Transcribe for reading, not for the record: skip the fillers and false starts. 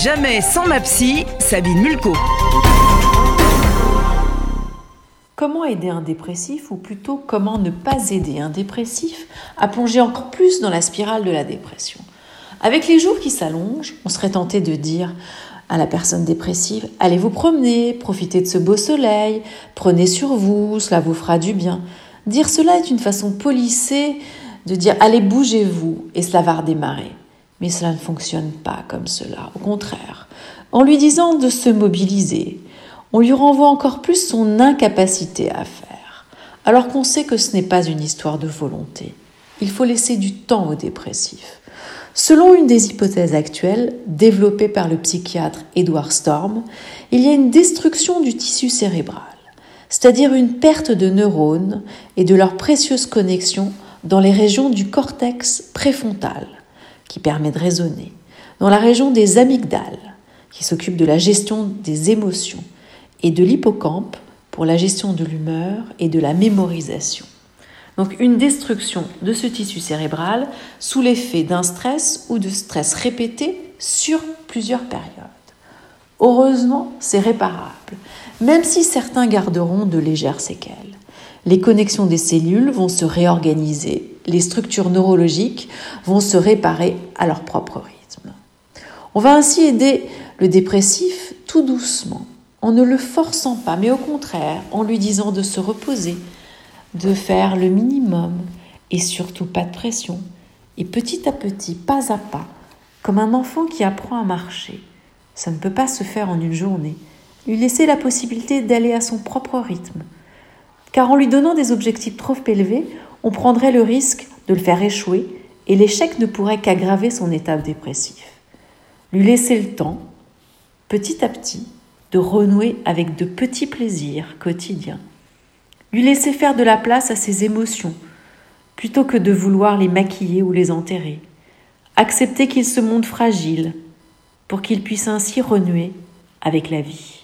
Jamais sans ma psy, Sabine Mulco. Comment aider un dépressif, ou plutôt comment ne pas aider un dépressif à plonger encore plus dans la spirale de la dépression? Avec les jours qui s'allongent, on serait tenté de dire à la personne dépressive « Allez vous promener, profitez de ce beau soleil, prenez sur vous, cela vous fera du bien ». Dire cela est une façon polissée de dire « Allez bougez-vous » et cela va redémarrer. Mais cela ne fonctionne pas comme cela, au contraire. En lui disant de se mobiliser, on lui renvoie encore plus son incapacité à faire, alors qu'on sait que ce n'est pas une histoire de volonté. Il faut laisser du temps au dépressif. Selon une des hypothèses actuelles, développée par le psychiatre Edward Storm, il y a une destruction du tissu cérébral, c'est-à-dire une perte de neurones et de leurs précieuses connexions dans les régions du cortex préfrontal, qui permet de raisonner, dans la région des amygdales, qui s'occupe de la gestion des émotions, et de l'hippocampe pour la gestion de l'humeur et de la mémorisation. Donc une destruction de ce tissu cérébral sous l'effet d'un stress ou de stress répété sur plusieurs périodes. Heureusement, c'est réparable, même si certains garderont de légères séquelles. Les connexions des cellules vont se réorganiser, les structures neurologiques vont se réparer à leur propre rythme. On va ainsi aider le dépressif tout doucement, en ne le forçant pas, mais au contraire, en lui disant de se reposer, de faire le minimum et surtout pas de pression. Et petit à petit, pas à pas, comme un enfant qui apprend à marcher. Ça ne peut pas se faire en une journée. Lui laisser la possibilité d'aller à son propre rythme. Car en lui donnant des objectifs trop élevés, on prendrait le risque de le faire échouer et l'échec ne pourrait qu'aggraver son état dépressif. Lui laisser le temps, petit à petit, de renouer avec de petits plaisirs quotidiens. Lui laisser faire de la place à ses émotions, plutôt que de vouloir les maquiller ou les enterrer. Accepter qu'il se montre fragile, pour qu'il puisse ainsi renouer avec la vie.